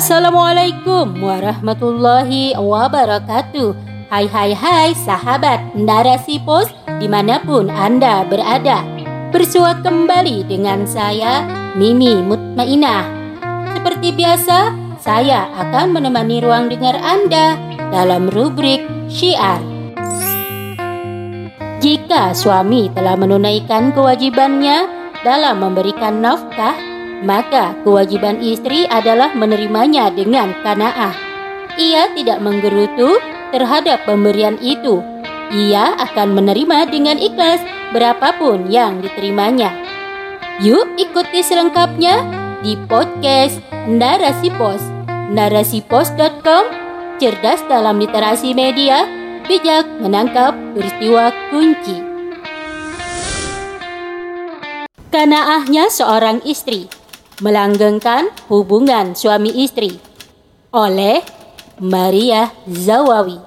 Assalamualaikum warahmatullahi wabarakatuh. Hai sahabat Narasi Pos dimanapun Anda berada. Bersua kembali dengan saya Mimi Mutmainah. Seperti biasa, saya akan menemani ruang dengar Anda dalam rubrik Syiar. Jika suami telah menunaikan kewajibannya dalam memberikan nafkah, maka kewajiban istri adalah menerimanya dengan qanaah. Ia tidak menggerutu terhadap pemberian itu. Ia akan menerima dengan ikhlas berapapun yang diterimanya. Yuk ikuti selengkapnya di podcast Narasi Pos. Narasipos.com, cerdas dalam literasi media, bijak menangkap peristiwa kunci. Qanaahnya seorang istri, melanggengkan hubungan suami istri, oleh Maria Zawawi.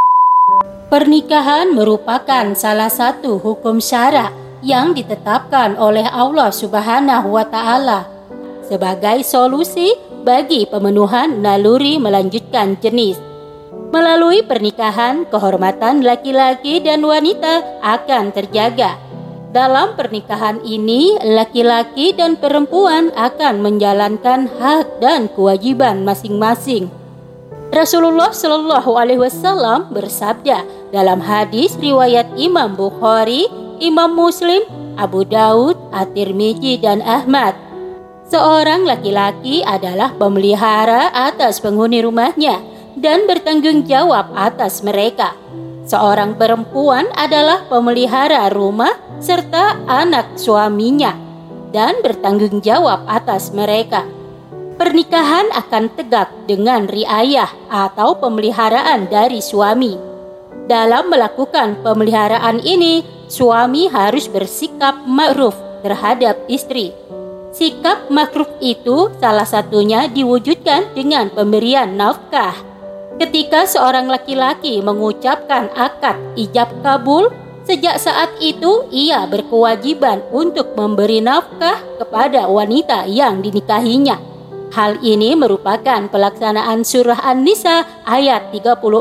Pernikahan merupakan salah satu hukum syara yang ditetapkan oleh Allah Subhanahu wa Ta'ala sebagai solusi bagi pemenuhan naluri melanjutkan jenis. Melalui pernikahan, kehormatan laki-laki dan wanita akan terjaga. Dalam pernikahan ini, laki-laki dan perempuan akan menjalankan hak dan kewajiban masing-masing. Rasulullah Shallallahu Alaihi Wasallam bersabda dalam hadis riwayat Imam Bukhari, Imam Muslim, Abu Daud, At-Tirmidzi dan Ahmad. Seorang laki-laki adalah pemelihara atas penghuni rumahnya dan bertanggung jawab atas mereka. Seorang perempuan adalah pemelihara rumah serta anak suaminya dan bertanggung jawab atas mereka. Pernikahan akan tegak dengan riayah atau pemeliharaan dari suami. Dalam melakukan pemeliharaan ini, suami harus bersikap ma'ruf terhadap istri. Sikap ma'ruf itu salah satunya diwujudkan dengan pemberian nafkah. Ketika seorang laki-laki mengucapkan akad ijab kabul, sejak saat itu ia berkewajiban untuk memberi nafkah kepada wanita yang dinikahinya. Hal ini merupakan pelaksanaan surah An-Nisa ayat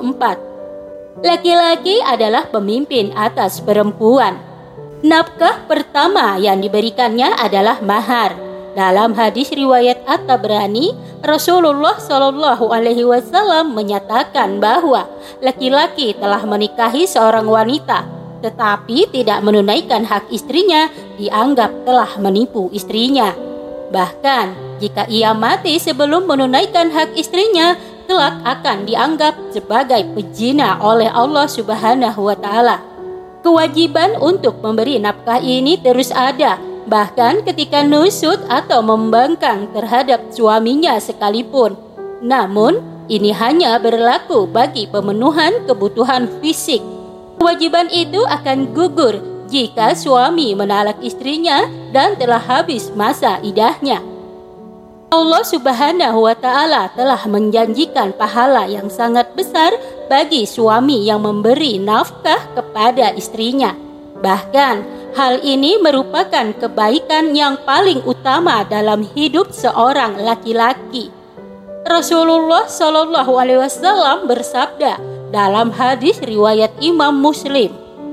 34. Laki-laki adalah pemimpin atas perempuan. Nafkah pertama yang diberikannya adalah mahar. Dalam hadis riwayat At-Tabrani, Rasulullah Shallallahu Alaihi Wasallam menyatakan bahwa laki-laki telah menikahi seorang wanita, tetapi tidak menunaikan hak istrinya, dianggap telah menipu istrinya. Bahkan jika ia mati sebelum menunaikan hak istrinya, kelak akan dianggap sebagai pezina oleh Allah Subhanahu wa Ta'ala. Kewajiban untuk memberi nafkah ini terus ada, bahkan ketika nusuk atau membangkang terhadap suaminya sekalipun. Namun, ini hanya berlaku bagi pemenuhan kebutuhan fisik. Kewajiban itu akan gugur jika suami menalak istrinya dan telah habis masa idahnya. Allah Subhanahu wa Ta'ala telah menjanjikan pahala yang sangat besar bagi suami yang memberi nafkah kepada istrinya. Bahkan, hal ini merupakan kebaikan yang paling utama dalam hidup seorang laki-laki. Rasulullah Shallallahu Alaihi Wasallam bersabda dalam hadis riwayat Imam Muslim,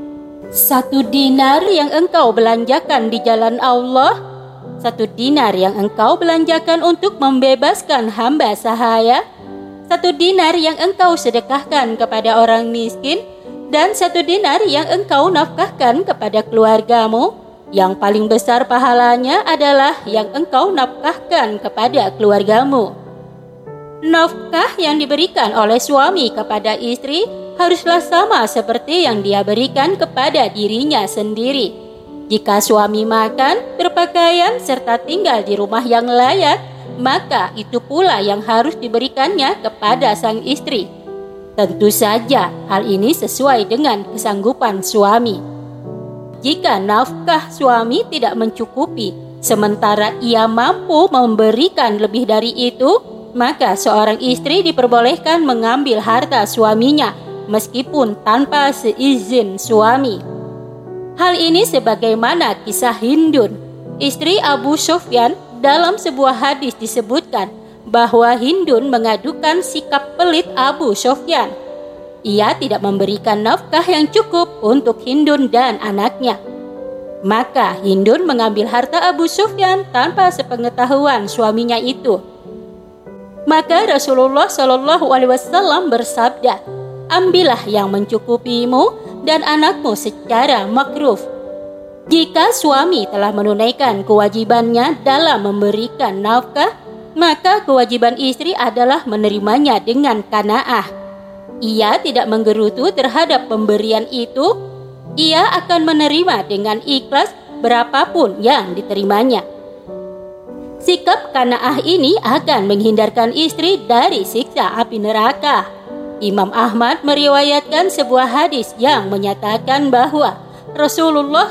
1 dinar yang engkau belanjakan di jalan Allah, 1 dinar yang engkau belanjakan untuk membebaskan hamba sahaya, 1 dinar yang engkau sedekahkan kepada orang miskin, dan 1 dinar yang engkau nafkahkan kepada keluargamu, yang paling besar pahalanya adalah yang engkau nafkahkan kepada keluargamu. Nafkah yang diberikan oleh suami kepada istri haruslah sama seperti yang dia berikan kepada dirinya sendiri. Jika suami makan, berpakaian, serta tinggal di rumah yang layak, maka itu pula yang harus diberikannya kepada sang istri. Tentu saja hal ini sesuai dengan kesanggupan suami. Jika nafkah suami tidak mencukupi, sementara ia mampu memberikan lebih dari itu, maka seorang istri diperbolehkan mengambil harta suaminya meskipun tanpa seizin suami. Hal ini sebagaimana kisah Hindun, istri Abu Sufyan. Dalam sebuah hadis disebutkan bahwa Hindun mengadukan sikap pelit Abu Sufyan. Ia tidak memberikan nafkah yang cukup untuk Hindun dan anaknya. Maka Hindun mengambil harta Abu Sufyan tanpa sepengetahuan suaminya itu. Maka Rasulullah SAW bersabda, "Ambillah yang mencukupimu dan anakmu secara makruf." Jika suami telah menunaikan kewajibannya dalam memberikan nafkah, maka kewajiban istri adalah menerimanya dengan qanaah. Ia tidak menggerutu terhadap pemberian itu. Ia akan menerima dengan ikhlas berapapun yang diterimanya. Sikap qanaah ini akan menghindarkan istri dari siksa api neraka. Imam Ahmad meriwayatkan sebuah hadis yang menyatakan bahwa Rasulullah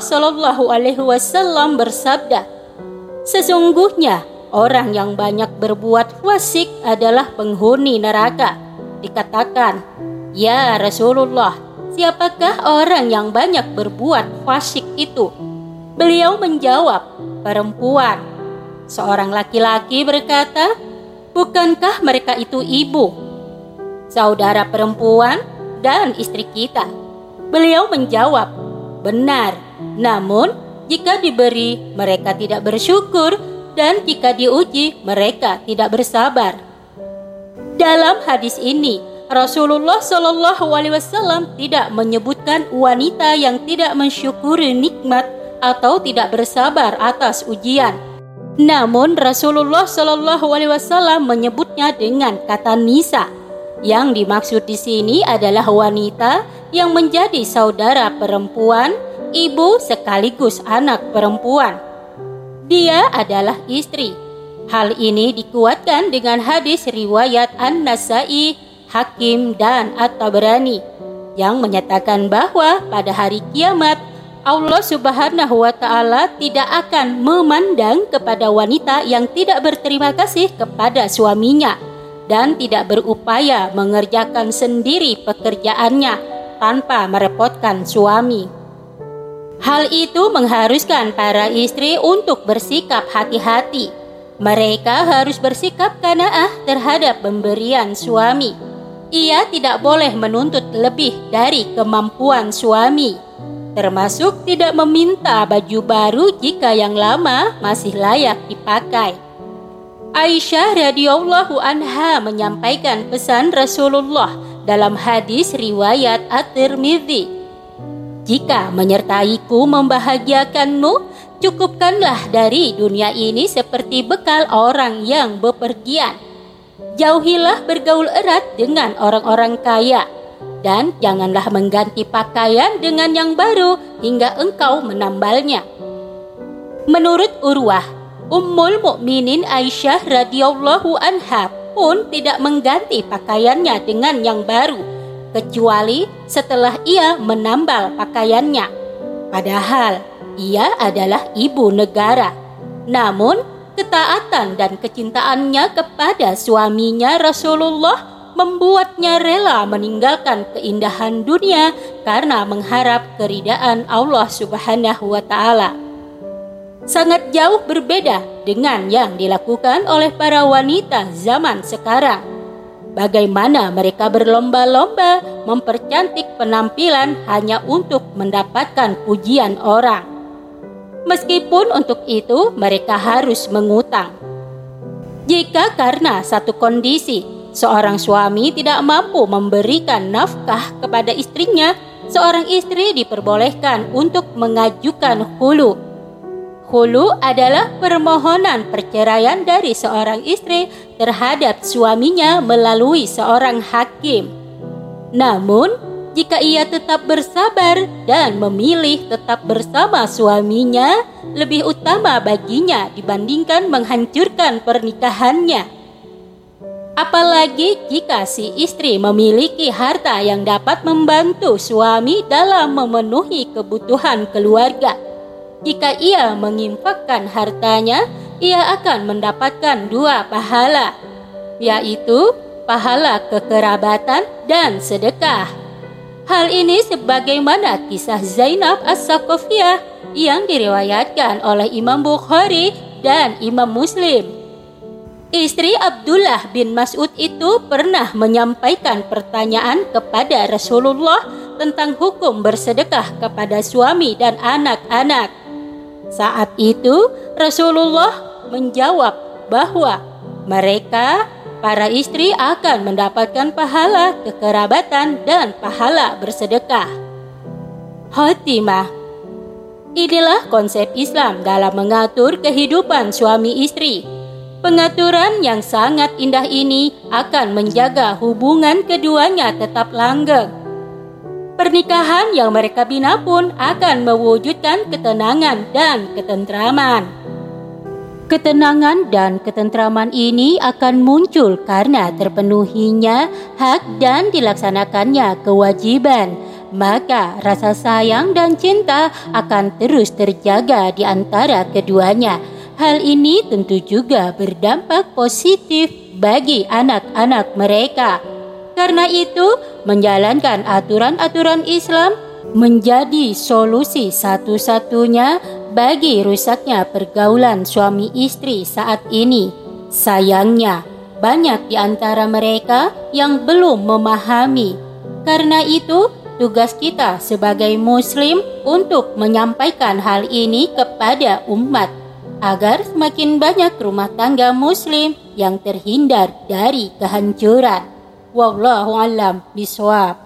SAW bersabda, "Sesungguhnya orang yang banyak berbuat fasik adalah penghuni neraka." Dikatakan, "Ya Rasulullah, siapakah orang yang banyak berbuat fasik itu?" Beliau menjawab, "Perempuan." Seorang laki-laki berkata, "Bukankah mereka itu ibu, saudara perempuan, dan istri kita?" Beliau menjawab, "Benar, namun jika diberi mereka tidak bersyukur, dan jika diuji mereka tidak bersabar." Dalam hadis ini Rasulullah SAW tidak menyebutkan wanita yang tidak mensyukuri nikmat atau tidak bersabar atas ujian. Namun Rasulullah SAW menyebutnya dengan kata nisa. Yang dimaksud di sini adalah wanita yang menjadi saudara perempuan, ibu sekaligus anak perempuan. Dia adalah istri. Hal ini dikuatkan dengan hadis riwayat An-Nasa'i, Hakim, dan At-Tabrani yang menyatakan bahwa pada hari kiamat Allah Subhanahu wa Ta'ala tidak akan memandang kepada wanita yang tidak berterima kasih kepada suaminya dan tidak berupaya mengerjakan sendiri pekerjaannya tanpa merepotkan suami. Hal itu mengharuskan para istri untuk bersikap hati-hati. Mereka harus bersikap qanaah terhadap pemberian suami. Ia tidak boleh menuntut lebih dari kemampuan suami, termasuk tidak meminta baju baru jika yang lama masih layak dipakai. Aisyah radhiyallahu anha menyampaikan pesan Rasulullah dalam hadis riwayat At-Tirmidzi, "Jika menyertaiku membahagiakanmu, cukupkanlah dari dunia ini seperti bekal orang yang bepergian. Jauhilah bergaul erat dengan orang-orang kaya, dan janganlah mengganti pakaian dengan yang baru hingga engkau menambalnya." Menurut Urwah, Ummul Mukminin Aisyah radhiyallahu anha pun tidak mengganti pakaiannya dengan yang baru, kecuali setelah ia menambal pakaiannya. Padahal ia adalah ibu negara. Namun ketaatan dan kecintaannya kepada suaminya Rasulullah membuatnya rela meninggalkan keindahan dunia karena mengharap keridaan Allah Subhanahu wa Ta'ala. Sangat jauh berbeda dengan yang dilakukan oleh para wanita zaman sekarang. Bagaimana mereka berlomba-lomba mempercantik penampilan hanya untuk mendapatkan pujian orang. Meskipun untuk itu mereka harus mengutang. Jika karena satu kondisi seorang suami tidak mampu memberikan nafkah kepada istrinya, seorang istri diperbolehkan untuk mengajukan khulu. Khulu adalah permohonan perceraian dari seorang istri terhadap suaminya melalui seorang hakim. Namun, jika ia tetap bersabar dan memilih tetap bersama suaminya, lebih utama baginya dibandingkan menghancurkan pernikahannya. Apalagi jika si istri memiliki harta yang dapat membantu suami dalam memenuhi kebutuhan keluarga. Jika ia menginfakkan hartanya, ia akan mendapatkan 2 pahala, yaitu pahala kekerabatan dan sedekah. Hal ini sebagaimana kisah Zainab As-Saqafiyah yang diriwayatkan oleh Imam Bukhari dan Imam Muslim. Istri Abdullah bin Mas'ud itu pernah menyampaikan pertanyaan kepada Rasulullah tentang hukum bersedekah kepada suami dan anak-anak. Saat itu Rasulullah menjawab bahwa mereka, para istri, akan mendapatkan pahala kekerabatan dan pahala bersedekah. Khotimah. Inilah konsep Islam dalam mengatur kehidupan suami istri. Pengaturan yang sangat indah ini akan menjaga hubungan keduanya tetap langgeng. Pernikahan yang mereka bina pun akan mewujudkan ketenangan dan ketentraman. Ketenangan dan ketentraman ini akan muncul karena terpenuhinya hak dan dilaksanakannya kewajiban. Maka rasa sayang dan cinta akan terus terjaga di antara keduanya. Hal ini tentu juga berdampak positif bagi anak-anak mereka. Karena itu, menjalankan aturan-aturan Islam menjadi solusi satu-satunya bagi rusaknya pergaulan suami istri saat ini. Sayangnya, banyak di antara mereka yang belum memahami. Karena itu, tugas kita sebagai Muslim untuk menyampaikan hal ini kepada umat, agar semakin banyak rumah tangga Muslim yang terhindar dari kehancuran. Wallahu a'lam bishawab.